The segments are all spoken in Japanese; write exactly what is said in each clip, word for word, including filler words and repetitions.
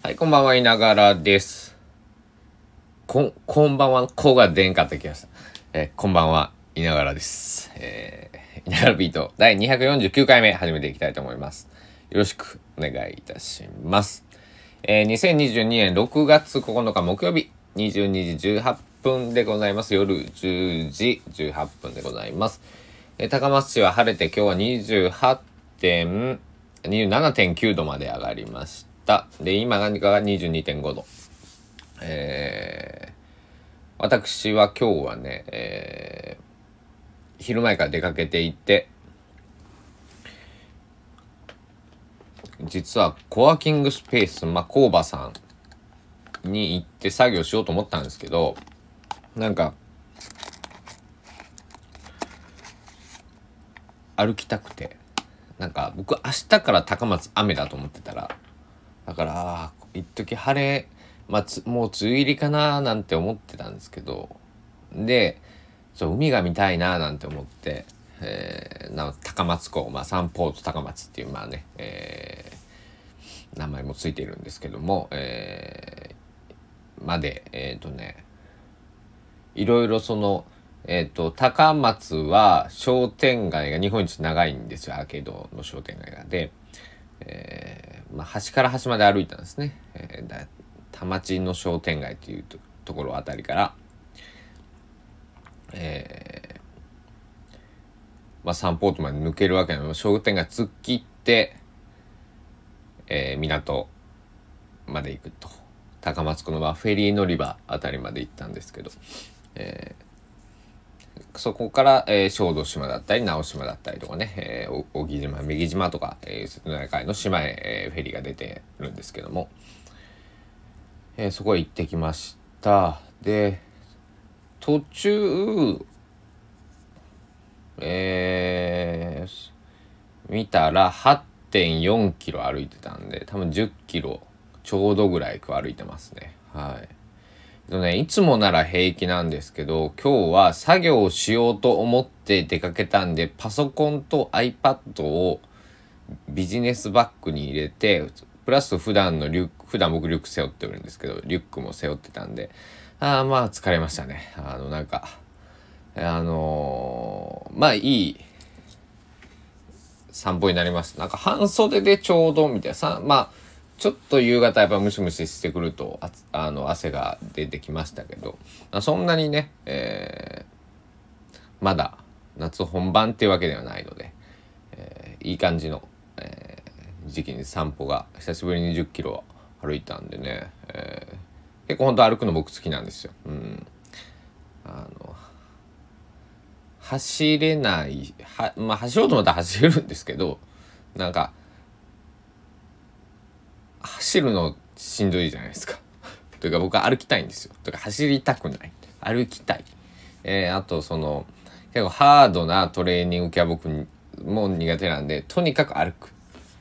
はい、こんばんは、いながらです。こん、こんばんは、こが出んかった気がした。えー、こんばんは、いながらです。えー、いながらビートだいにひゃくよんじゅうきゅうかいめ始めていきたいと思います。よろしくお願いいたします。えー、にせんにじゅうにねんろくがつここのか木曜日、にじゅうにじじゅうはっぷんでございます。夜じゅうじじゅうはっぷんでございます。えー、高松市は晴れて今日はにじゅうはちにじゅうななてんきゅうどまで上がりました。で、今何かが にじゅうにてんごど。えー、私は今日はね、えー、昼前から出かけていて、実はコワーキングスペース、まあ、工場さんに行って作業しようと思ったんですけど、なんか、歩きたくて、なんか僕明日から高松雨だと思ってたら、だから、一時晴れ、まあ、つもう梅雨入りかななんて思ってたんですけど、で、そう海が見たいななんて思って、えー、な高松港、まあ、サンポート高松っていう、まあね、えー、名前もついているんですけども、えー、まで、えっ、ー、とね、いろいろその、えっ、ー、と、高松は商店街が日本一長いんですよ、アーケードの商店街が。で、えーまあ、端から端まで歩いたんですね。えー、だ田町の商店街というと、ところあたりから、えーまあ、サンポートまで抜けるわけなの。商店街突っ切って、えー、港まで行くと。高松港の、まあ、フェリー乗り場あたりまで行ったんですけど、えー、そこから、えー、小豆島だったり直島だったりとかね、えー、小木島右島とか、えー、瀬戸内海の島へ、えー、フェリーが出てるんですけども、えー、そこへ行ってきました。で、途中、えー、見たら はってんよんキロ歩いてたんで、多分じゅっキロちょうどぐらい歩いてますね。はい。でね、いつもなら平気なんですけど、今日は作業をしようと思って出かけたんで、パソコンと iPad をビジネスバッグに入れて、プラス普段のリュック、普段僕リュック背負ってるんですけど、リュックも背負ってたんで、ああまあ疲れましたね。あのなんか、あのー、まあいい散歩になりました。なんか半袖でちょうどみたいなさ、まあちょっと夕方やっぱムシムシしてくるとああの汗が出てきましたけど、そんなにね、えー、まだ夏本番っていうわけではないので、えー、いい感じの、えー、時期に散歩が久しぶりにじゅっキロ歩いたんでね、えー、結構本当歩くの僕好きなんですよ。うん、あの走れないは、まあ走ろうと思ったら走れるんですけど、なんか走るのしんどいじゃないですか。というか僕は歩きたいんですよ。というか走りたくない。歩きたい。えー、あとその結構ハードなトレーニング系は僕も苦手なんで、とにかく歩く。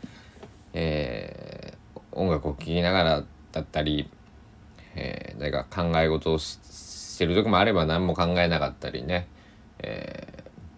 えー、音楽を聴きながらだったり、えー、誰か考え事を し, してる時もあれば何も考えなかったりね。え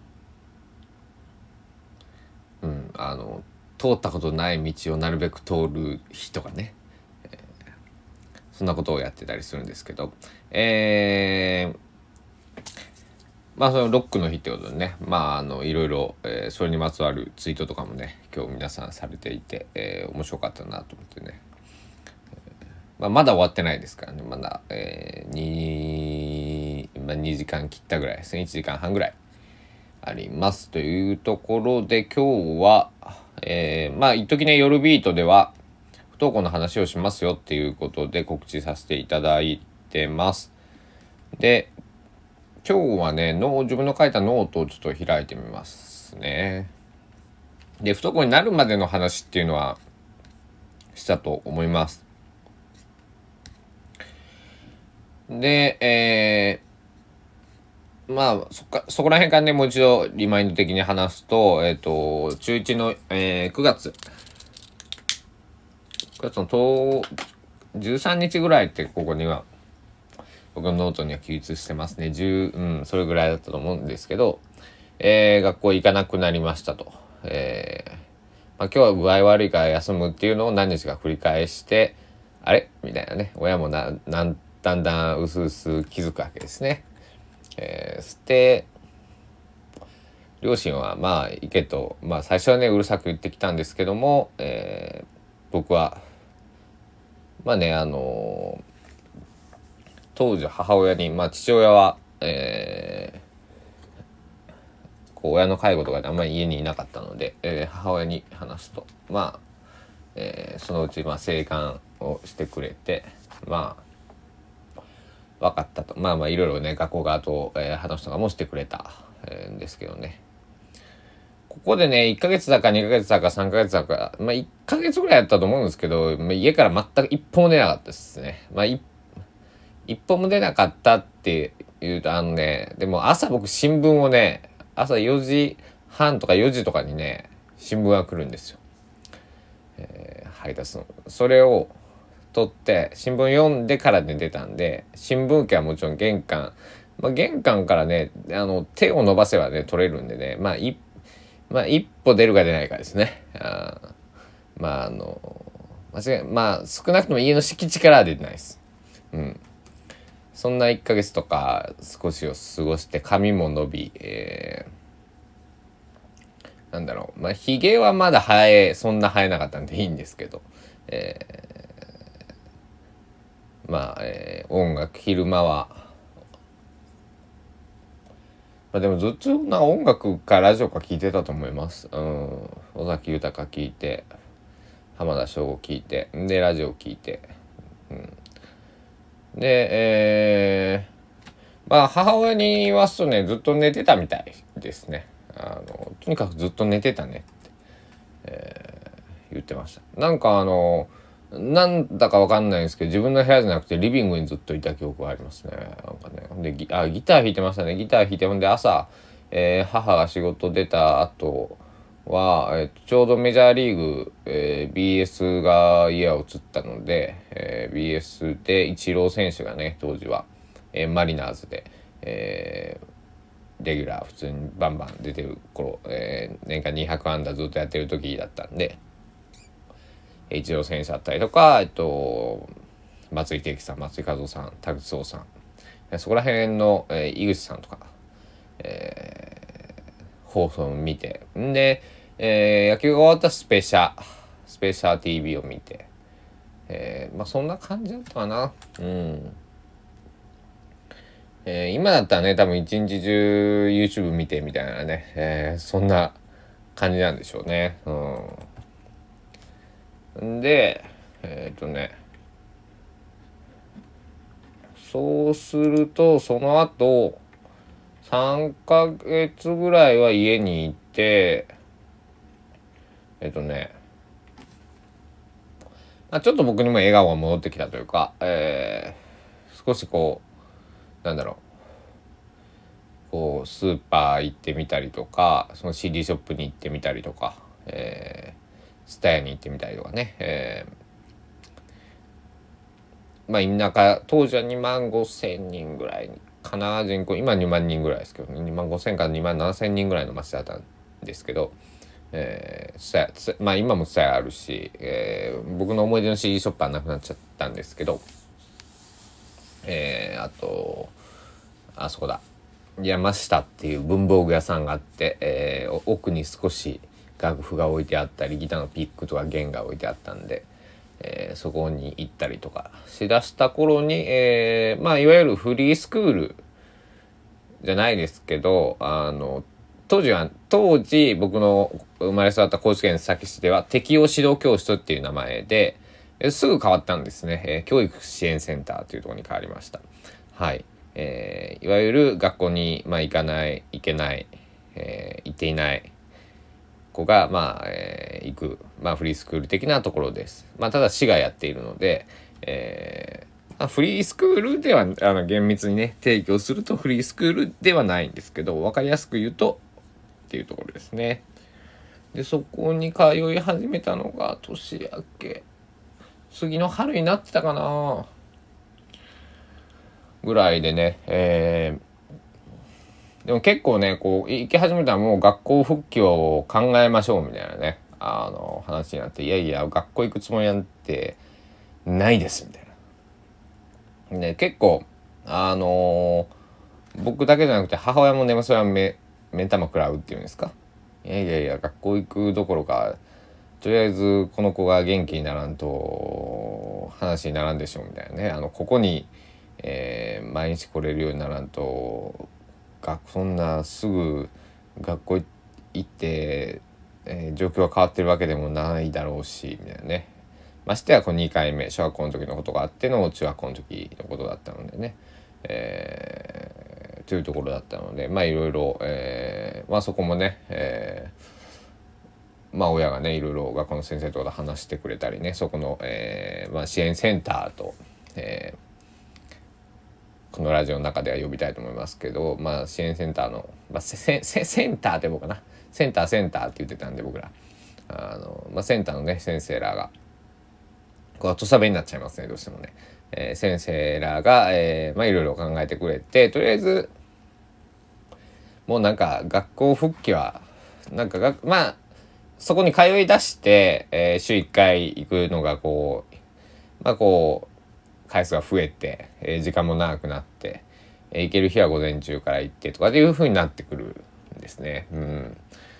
ー、うん、あの通ったことない道をなるべく通る日とかね、えー、そんなことをやってたりするんですけど、えー、まあそのロックの日ってことでね、まああのいろいろ、えー、それにまつわるツイートとかもね今日皆さんされていて、えー、面白かったなと思ってね、まあ、まだ終わってないですからね、まだ、えー、に、まあ、にじかん切ったぐらいですね、いちじかんはんぐらいありますというところで、今日は、えー、まあ一時ね夜ビートでは不登校の話をしますよっていうことで告知させていただいてます。で、今日はねの自分の書いたノートをちょっと開いてみますね。で、不登校になるまでの話っていうのはしたと思います。で、えー、まあそっかそこら辺からねもう一度リマインド的に話すと、えっ、ー、と中いちの、えー、くがつくがつのとじゅうさんにちぐらいってここには僕のノートには記述してますね。じゅう、うん、それぐらいだったと思うんですけど、えー、学校行かなくなりましたと。えーまあ、今日は具合悪いから休むっていうのを何日か繰り返して、 あれみたいなね、親もななんだんだんうすうす気づくわけですね。えー、そして両親はまあ行けと、まあ最初はねうるさく言ってきたんですけども、えー、僕はまあねあのー、当時母親に、まあ父親は、えー、こう親の介護とかであんまり家にいなかったので、えー、母親に話すとまあ、えー、そのうちまあ生還をしてくれて、まあ分かったと、まあまあいろいろね学校側と、えー、話とかもしてくれた、えー、んですけどね、ここでねいっかげつだかにかげつだかさんかげつだか、まあいっかげつぐらいやったと思うんですけど、まあ、家から全く一歩も出なかったですね。まあ一歩も出なかったっていうと、あのねでも朝僕新聞をね朝よじはんとかよじとかにね新聞が来るんですよ、えー、配達の。それを取って新聞読んでからで出たんで、新聞機はもちろん玄関、まあ、玄関からねあの手を伸ばせばね取れるんでね、まあ一まあ一歩出るか出ないかですね。あまああの間違いまあ少なくとも家の敷地からは出てないです。うん。そんないっかげつとか少しを過ごして髪も伸び、えー、なんだろうまあひげはまだ生えそんな生えなかったんでいいんですけど、えー、まあ、えー、音楽昼間は、まあ、でもずっとな音楽かラジオか聞いてたと思います。うん、尾崎豊聞いて浜田省吾聞いてでラジオ聞いて、うん、で、えー、まあ母親に言わすとねずっと寝てたみたいですね。あのとにかくずっと寝てたねって、えー、言ってました。なんかあのなんだかわかんないんですけど自分の部屋じゃなくてリビングにずっといた記憶がありますね。なんかねで ギ, あギター弾いてましたね。ギター弾いてほんで朝、えー、母が仕事出た後は、えー、ちょうどメジャーリーグ、えー、ビーエス が家を移ったので、えー、ビーエス でイチロー選手がね当時は、えー、マリナーズで、えー、レギュラー普通にバンバン出てる頃、えー、年間にひゃくあんだずっとやってる時だったんで、イチロー選手だったりとか、えっと、松井秀喜さん、松井和夫さん、田口壮さん、そこら辺の、えー、井口さんとか、えー、放送を見て、んで、えー、野球が終わったらスペシャ、スペシャ ティーブイ を見て、えー、まあそんな感じだったかな。うん。えー、今だったらね、多分一日中 YouTube 見てみたいなね、えー、そんな感じなんでしょうね。うん。で、えっとね、そうすると、その後、さんかげつぐらいは家にいて、えっとね、あちょっと僕にも笑顔が戻ってきたというか、えー、少しこう、なんだろう、こう、スーパー行ってみたりとか、その シーディー ショップに行ってみたりとか、えー、スタヤに行ってみたりとかね、えー、まあ田舎、当時はにまんごせんにんぐらいかな、人口、今にまんにんぐらいですけど、ね、にまんごせんからにまんななせんにんぐらいの町だったんですけど、えー、まあ今もツタヤあるし、えー、僕の思い出の シーディー ショップはなくなっちゃったんですけど、えー、あとあそこだ山下っていう文房具屋さんがあって、えー、奥に少し楽譜が置いてあったりギターのピックとか弦が置いてあったんで、えー、そこに行ったりとかしだした頃に、えー、まあいわゆるフリースクールじゃないですけど、あの当時は当時僕の生まれ育った高知県須崎市では適応指導教室っていう名前ですぐ変わったんですね、えー、教育支援センターというところに変わりました。はい、えー、いわゆる学校に、まあ、行かない行けない、えー、行っていない子が、まあえー、行く、まあ、フリースクール的なところです。まあ、ただ市がやっているので、えーフリースクールではあの厳密にね提供するとフリースクールではないんですけど分かりやすく言うとっていうところですね。でそこに通い始めたのが年明け次の春になってたかなぐらいでね、えー、でも結構ねこう行き始めたらもう学校復帰を考えましょうみたいなねあの話になって、いやいや学校行くつもりなんてないですみたいな。ね、結構あのー、僕だけじゃなくて母親もねそれは目目玉食らうっていうんですか。いやいやいや学校行くどころかとりあえずこの子が元気にならんと話にならんでしょうみたいなね。あのここに、えー、毎日来れるようにならんと学そんなすぐ学校行って、えー、状況が変わってるわけでもないだろうしみたいなね。ましてやこのにかいめ小学校の時のことがあっての中学校の時のことだったのでね、えー、というところだったのでまあいろいろ、えー、まあそこもね、えー、まあ親がねいろいろ学校の先生とかと話してくれたりねそこの、えーまあ、支援センターと、えー、このラジオの中では呼びたいと思いますけど、まあ、支援センターの、まあ、セ, セ, センターって僕かなセンターセンターって言ってたんで僕らあの、まあ、センターのね先生らがこう土佐弁になっちゃいますねどうしてもね、えー、先生らが、えー、まあいろいろ考えてくれてとりあえずもうなんか学校復帰はなんかがまあそこに通い出して、えー、週いっかい行くのがこうまあこう回数が増えて、えー、時間も長くなって、えー、行ける日は午前中から行ってとかっていう風になってくるんですね。うん、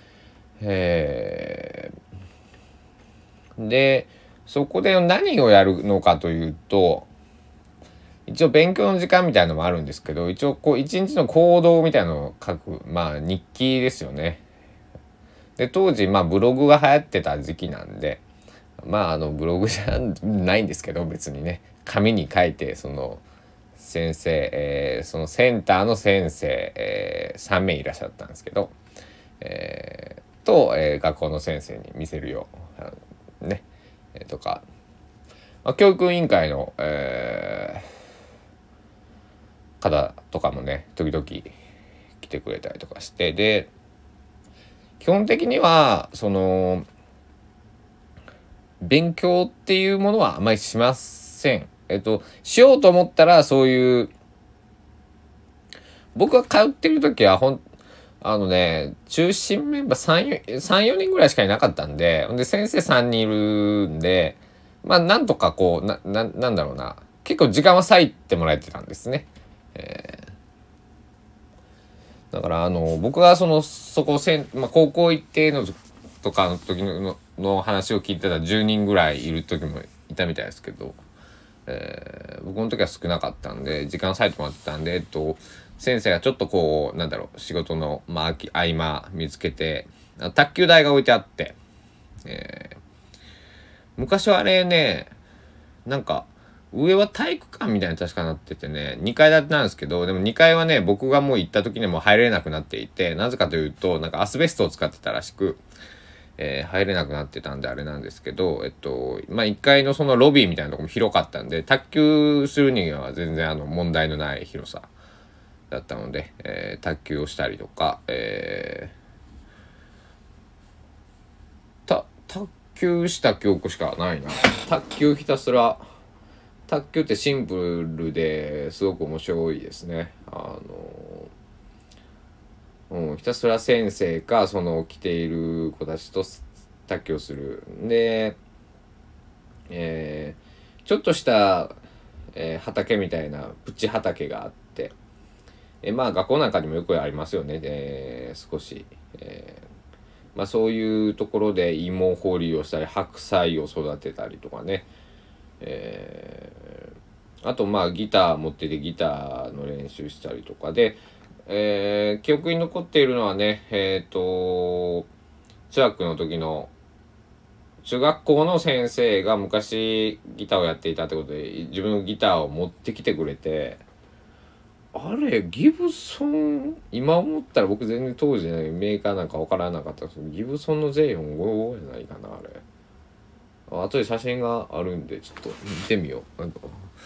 えー、でそこで何をやるのかというと一応勉強の時間みたいなのもあるんですけど一応こう一日の行動みたいなのを書くまあ日記ですよね。で当時まあブログが流行ってた時期なんでまああのブログじゃないんですけど別にね紙に書いてその先生、えー、そのセンターの先生、えー、さんめいいらっしゃったんですけど、えー、と、えー、学校の先生に見せるようね、えー、とか、まあ、教育委員会の、えー、方とかもね時々来てくれたりとかしてで基本的にはその勉強っていうものはあまりしません。えっとしようと思ったらそういう僕が通ってる時はほんあのね中心メンバーさんよにんぐらいしかいなかったんでで先生さんにんいるんでまあなんとかこうなななんだろうな結構時間は割いてもらえてたんですね。えー、だからあの僕がそのそこせん、まあ、高校行ってのとかの時のの話を聞いてたじゅうにんぐらいいる時もいたみたいですけど、えー、僕の時は少なかったんで時間割いてもらってたんでえっと先生がちょっとこうなんだろう仕事の、まあ、合間見つけて卓球台が置いてあって、えー、昔はあれねなんか上は体育館みたいに確かなっててねにかい建てなんですけどでもにかいはね僕がもう行った時にも入れなくなっていてなぜかというとなんかアスベストを使ってたらしく、えー、入れなくなってたんであれなんですけどえっとまあいっかいのそのロビーみたいなとこも広かったんで卓球するには全然あの問題のない広さだったので、えー、卓球をしたりとか、えー、た卓球した記憶しかないな。卓球ひたすら卓球ってシンプルですごく面白いですね。あの、うん、ひたすら先生かその来ている子たちと卓球をするで、えー、ちょっとした、えー、畑みたいなプチ畑があってえまあ学校なんかにもよくありますよね。で少し、えー、まあそういうところで芋掘りをしたり白菜を育てたりとかね、えー、あとまあギター持っててギターの練習したりとかで、えー、記憶に残っているのはねえっ、ー、と中学の時の中学校の先生が昔ギターをやっていたってことで自分のギターを持ってきてくれてあれギブソン今思ったら僕全然当時ねメーカーなんか分からなかったですけどギブソンの ゼーよんじゅうご じゃないかなあれあとで写真があるんでちょっと見てみようなんか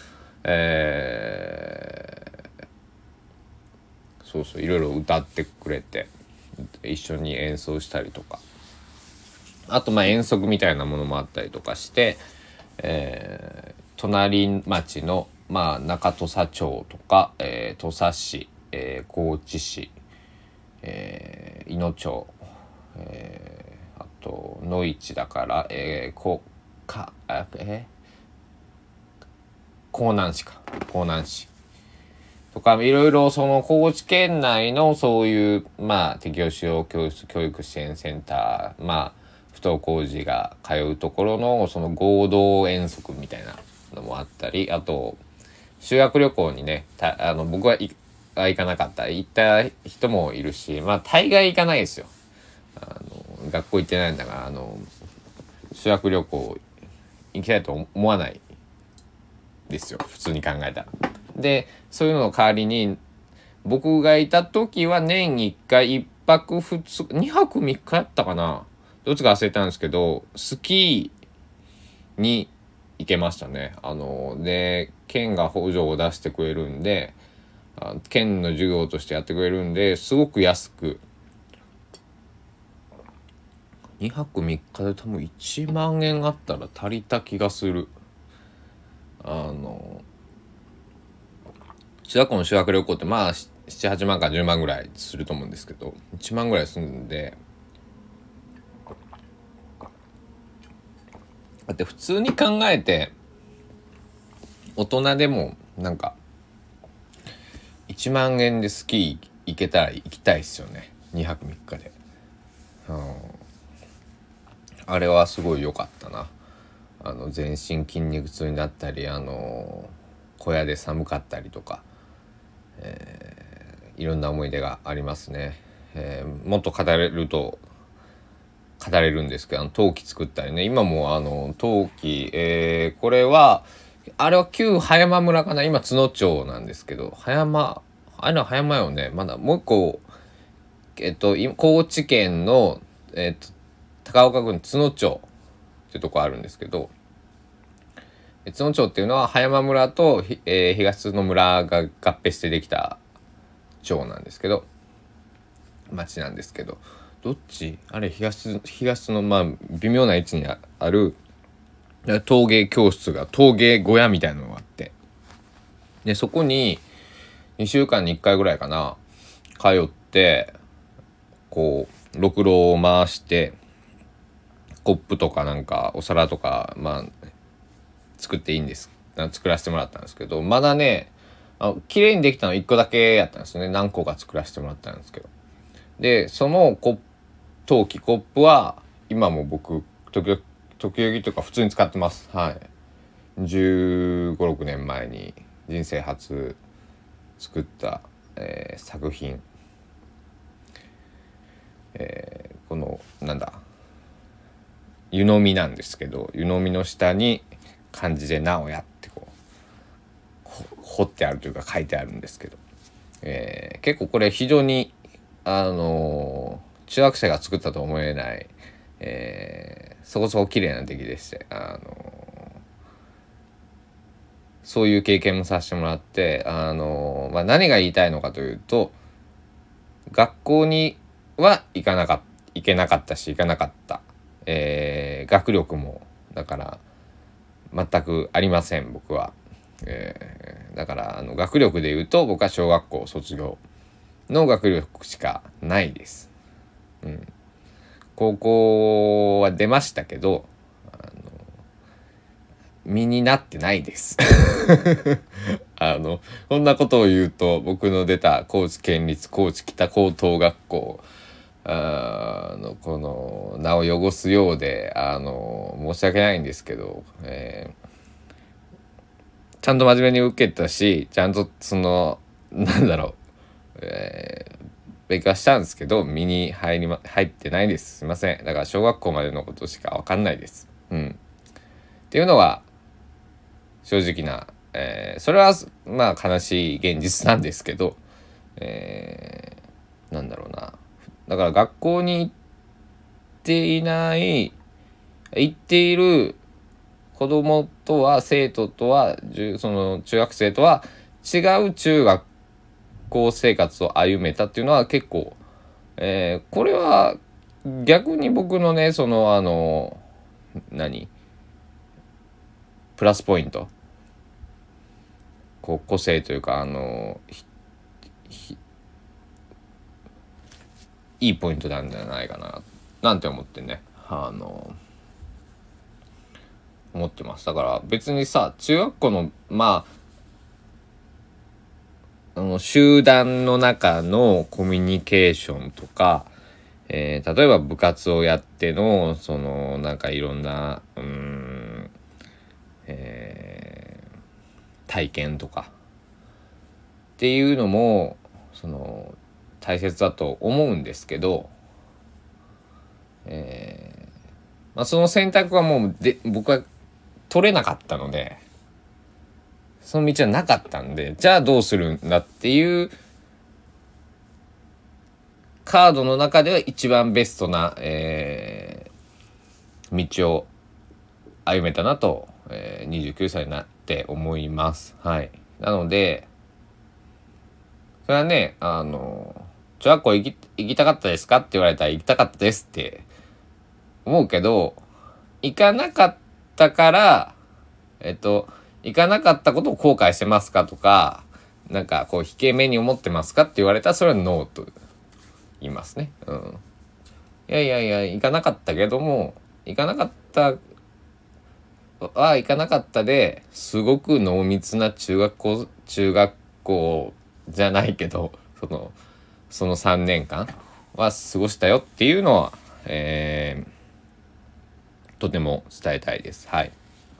えー、そうそういろいろ歌ってくれて一緒に演奏したりとかあとまあ遠足みたいなものもあったりとかして、えー、隣町のまあ、中土佐町とか、えー、土佐市、えー、高知市、えー、いの町、えー、あと野市だから、えー、こかあえ江南市か江南市とかいろいろその高知県内のそういうまあ適応使用教室教育支援センター、まあ不登校児が通うところのその合同遠足みたいなのもあったり、あと修学旅行にね、たあの僕は行かなかった行った人もいるし、まあ大概行かないですよ。あの学校行ってないんだから、あの修学旅行行きたいと思わないですよ、普通に考えたら。でそういうのの代わりに僕がいた時は年いっかいいっぱくふつかにはくみっかやったかな、どっちか忘れたんですけどスキーに行けましたね。あので県が補助を出してくれるんで、あ県の授業としてやってくれるんですごく安く、にはくみっかで多分いちまんえんあったら足りた気がする。あの中学校の修学旅行ってまあななはちまんかじゅうまんぐらいすると思うんですけど、いちまんぐらいするんで、だって普通に考えて大人でもなんかいちまんえんでスキー行けたら行きたいっすよね、にはくみっかで。うん、あれはすごい良かったな。あの全身筋肉痛になったり、あの小屋で寒かったりとか、えー、いろんな思い出がありますね。えー、もっと語れると語れるんですけど、あの陶器作ったりね、今もあの陶器、えー、これはあれは旧葉山村かな、今津野町なんですけど、葉山あれは葉山よね、まだもう一個えっと高知県のえっと高岡郡津野町っていうとこあるんですけど、津野町っていうのは葉山村と、えー、東津野村が合併してできた町なんですけど、町なんですけど、どっちあれ東東のまあ微妙な位置にある陶芸教室が、陶芸小屋みたいなのがあって、でそこににしゅうかんにいっかいぐらいかな通って、こうろくろを回してコップとかなんかお皿とかまあ作っていいんです、作らせてもらったんですけど、まだねあ綺麗にできたのいっこだけやったんですよね。何個か作らせてもらったんですけど、でそのコ陶器コップは今も僕時々時々というか普通に使ってます。はい、じゅうご、ろくねんまえに人生初作った、えー、作品、えー、このなんだ湯飲みなんですけど、湯飲みの下に漢字で「なおや」ってこう彫ってあるというか書いてあるんですけど、えー、結構これ非常にあのー、中学生が作ったと思えない、えー、そこそこ綺麗な出来でして、あのー、そういう経験もさせてもらって、あのーまあ、何が言いたいのかというと、学校には行かなかった行けなかったし行かなかった、えー、学力もだから全くありません僕は、えー、だからあの学力で言うと僕は小学校卒業の学力しかないです、うん、高校は出ましたけどあの身になってないですあのこんなことを言うと僕の出た高知県立高知北高等学校あのこの名を汚すようであの申し訳ないんですけど、えー、ちゃんと真面目に受けたし、ちゃんとそのなんだろう、えー、勉強したんですけど身に入り、ま、入ってないです。すいません。だから小学校までのことしか分かんないです。うん。っていうのが正直な、えー、それはまあ悲しい現実なんですけど、えー、なんだろうな。だから学校に行っていない行っている子供とは生徒とはその中学生とは違う中学校生活を歩めたっていうのは結構、えー、これは逆に僕のねそのあの何プラスポイント、こう個性というかあのいいポイントなんじゃないかななんて思ってね、あの思ってます。だから別にさ、中学校のまああの集団の中のコミュニケーションとか、えー、例えば部活をやってのそのなんかいろんなうーん、えー、体験とかっていうのもその大切だと思うんですけど、えーまあ、その選択はもうで僕は取れなかったので、その道はなかったんで、じゃあどうするんだっていうカードの中では一番ベストな、えー、道を歩めたなと、えー、にじゅうきゅうさいになって思います。はい。なのでそれはね、あの中学校行き行きたかったですかって言われたら行きたかったですって思うけど、行かなかったからえっと行かなかったことを後悔してますかとか、なんかこう引け目に思ってますかって言われたらそれはノーと言いますね。うん。いやいやいや行かなかったけども、行かなかったは行かなかったですごく濃密な中学校中学校じゃないけどそのそのさんねんかんは過ごしたよっていうのは、えー、とても伝えたいです。はい。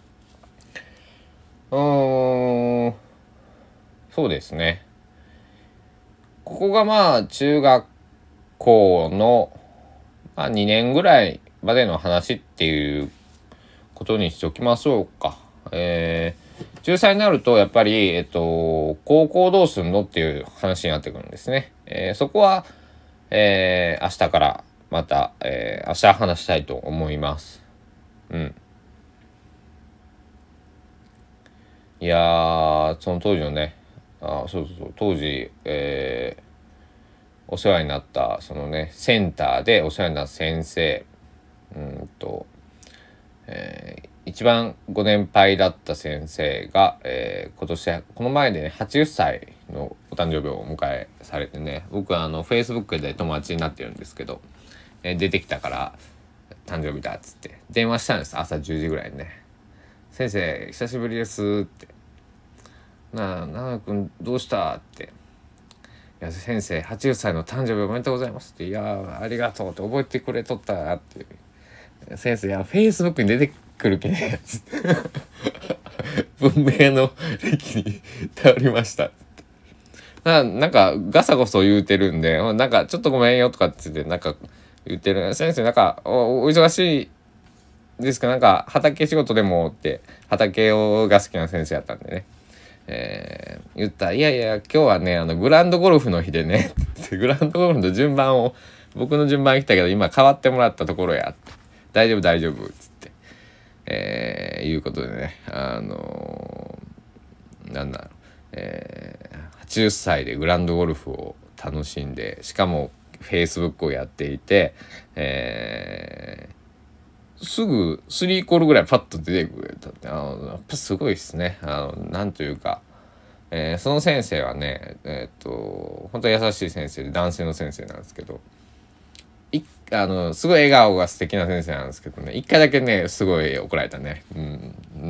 うーん、そうですね。ここがまあ中学校の、まあ、にねんぐらいまでの話っていうことにしておきましょうか。えー、中さんになるとやっぱり、えっと、高校どうすんのっていう話になってくるんですね。えー、そこは、えー、明日からまた、えー、明日話したいと思います。うん。いやー、その当時のね、あ、そうそうそう、当時、えー、お世話になったそのねセンターでお世話になった先生、うんと、えー、一番ご年配だった先生が、えー、今年この前でねはちじゅっさいのお誕生日をお迎えされてね、僕はあのフェイスブックで友達になってるんですけど、えー、出てきたから誕生日だっつって電話したんです。朝じゅうじぐらいにね、先生久しぶりですって、なあ長くんどうしたって、いや先生はちじゅっさいの誕生日おめでとうございますって、いやありがとうって覚えてくれとったって、先生いやフェイスブックに出てくるけね文明の歴に頼りましたな。なんかガサゴソ言うてるんで、なんかちょっとごめんよとかって言ってなんか言ってる、先生なんか お, お忙しいですか、なんか畑仕事でもって、畑をが好きな先生やったんでね、えー、言ったら、いやいや今日はねあのグランドゴルフの日でねグランドゴルフの順番を僕の順番来たけど今変わってもらったところやって、大丈夫大丈夫っつって、えー、いうことでね、あのー、なんだろう、えー、はちじゅっさいでグランドゴルフを楽しんで、しかもフェイスブックをやっていて、えー、すぐスリーコールぐらいパッと出てくれたって、あのやっぱすごいですね。あのなんというか、えー、その先生はね、えー、っと本当に優しい先生で男性の先生なんですけど、いあのすごい笑顔が素敵な先生なんですけどね、一回だけねすごい怒られたね。うん、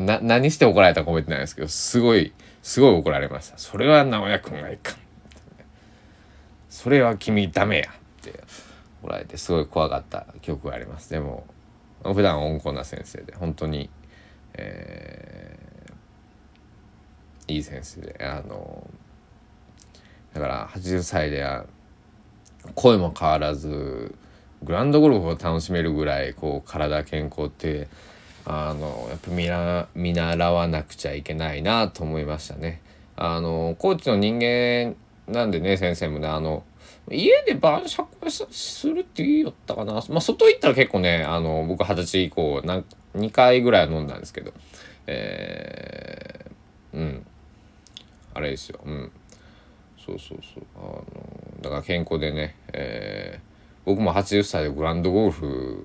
な何して怒られたか覚えてないですけど、すごいすごい怒られました。それは直哉くんがいかん、それは君ダメやって怒られて、すごい怖かった記憶があります。でも普段温厚な先生で本当に、えー、いい先生で、あのだからはちじゅっさいで声も変わらずグランドゴルフを楽しめるぐらいこう体健康ってあのやっぱ見な見習わなくちゃいけないなと思いましたね。あのコーチの人間なんでね、先生もね、あの家で晩酌するって言いよったかな、まあ外行ったら結構ね、あの僕はたち以降なんにかいぐらい飲んだんですけど、えー、うんあれですよ、うんそうそうそう、あのだから健康でね、えー、僕もはちじゅっさいでグランドゴルフ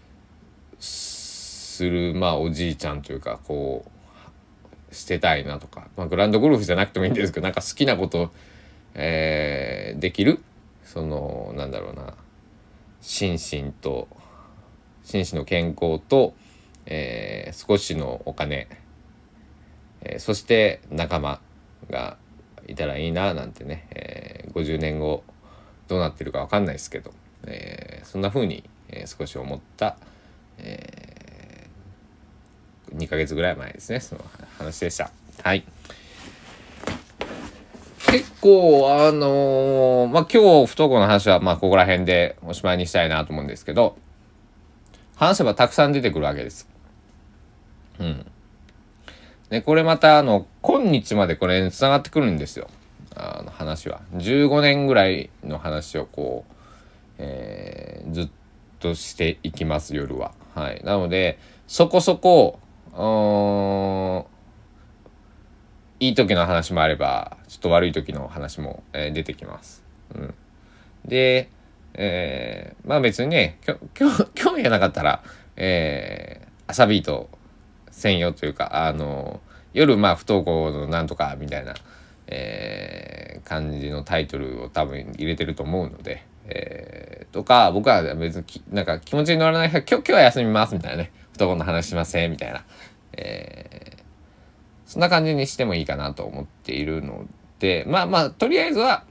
するまあおじいちゃんというかこうしてたいなとか、まあ、グランドゴルフじゃなくてもいいんですけど、なんか好きなこと、えー、できる、そのなんだろうな、心身と心身の健康と、 えー、少しのお金、えー、そして仲間がいたらいいななんてね、えー、ごじゅうねんごどうなってるか分かんないですけど、えー、そんな風に、えー、少し思った、えー、にかげつぐらい前ですね、その話でした。はい。結構あのー、まあ今日不登校の話はまあここら辺でおしまいにしたいなと思うんですけど、話せばたくさん出てくるわけです。うん。でこれまたあの今日までこれに繋がってくるんですよ。あの話はじゅうごねんぐらいの話をこう、えー、ずっとしていきます夜は。はい。なのでそこそこいい時の話もあればちょっと悪い時の話も、えー、出てきます。うん、で、えー、まあ別にねきょきょ興味がなかったら、えー、朝ビート専用というかあの夜まあ不登校のなんとかみたいな、えー、感じのタイトルを多分入れてると思うので、えー、とか僕は別になんか気持ちに乗らない日は今日今日は休みますみたいなね、不登校の話しませんみたいな、えー、そんな感じにしてもいいかなと思っているので、まあまあとりあえずは、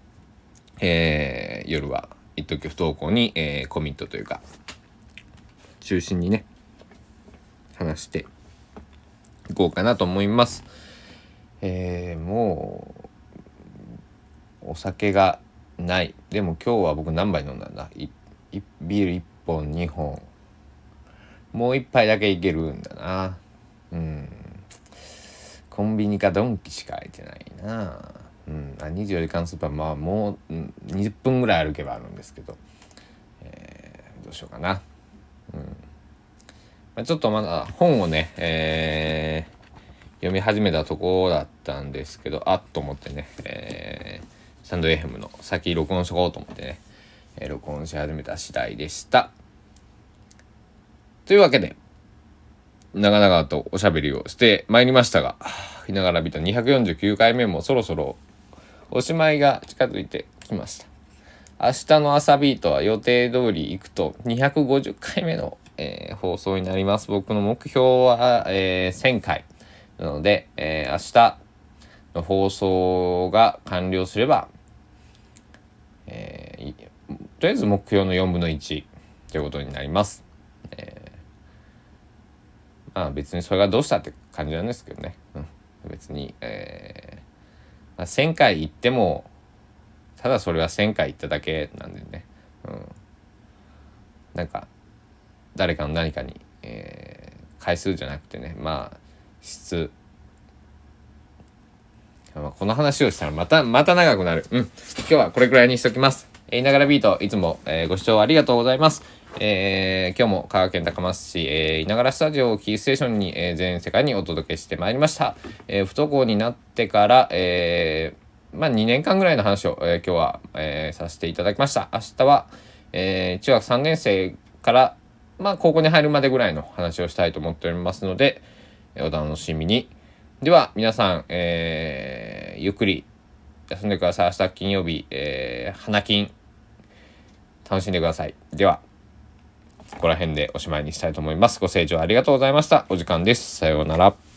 えー、夜は一時不登校に、えー、コミットというか中心にね話していこうかなと思います。えー、もうお酒がない。でも今日は僕何杯飲んだんだ。いいビールいっぽんにほん、もういっぱいだけいけるんだな。うん、コンビニかドンキしか空いてないな。うん、あにじゅうよじかんスーパーまあもう、うん、にじゅっぷんぐらい歩けばあるんですけど、えー、どうしようかな。うん、まあ、ちょっとまだ本をね、えー読み始めたところだったんですけど、あっと思ってね、えー、スタンド エフエム の先録音しとこうと思ってね、えー、録音し始めた次第でした。というわけで長々とおしゃべりをしてまいりましたが、いながらビタにひゃくよんじゅうきゅうかいめもそろそろおしまいが近づいてきました。明日の朝ビートは予定通り行くとにひゃくごじゅっかいめの、えー、放送になります。僕の目標は、えー、せんかいなので、えー、明日の放送が完了すれば、えー、とりあえず目標のよんぶんのいちということになります。えー、まあ別にそれがどうしたって感じなんですけどね。うん、別に、えーまあ、せんかい行ってもただそれはせんかい行っただけなんでね。うん、なんか誰かの何かに、えー、回数じゃなくてね、まあ質、まあ、この話をしたらまたまた長くなる。うん、今日はこれくらいにしときます。えー、いながらビートいつも、えー、ご視聴ありがとうございます。えー、今日も香川県高松市、えー、いながらスタジオをキーステーションに、えー、全世界にお届けしてまいりました。えー、不登校になってから、えー、まあにねんかんぐらいの話を、えー、今日は、えー、させていただきました。明日は、えー、中学さんねん生からまあ高校に入るまでぐらいの話をしたいと思っておりますので、お楽しみに。では皆さん、えー、ゆっくり休んでください。明日金曜日、えー、花金楽しんでください。ではここら辺でおしまいにしたいと思います。ご清聴ありがとうございました。お時間です。さようなら。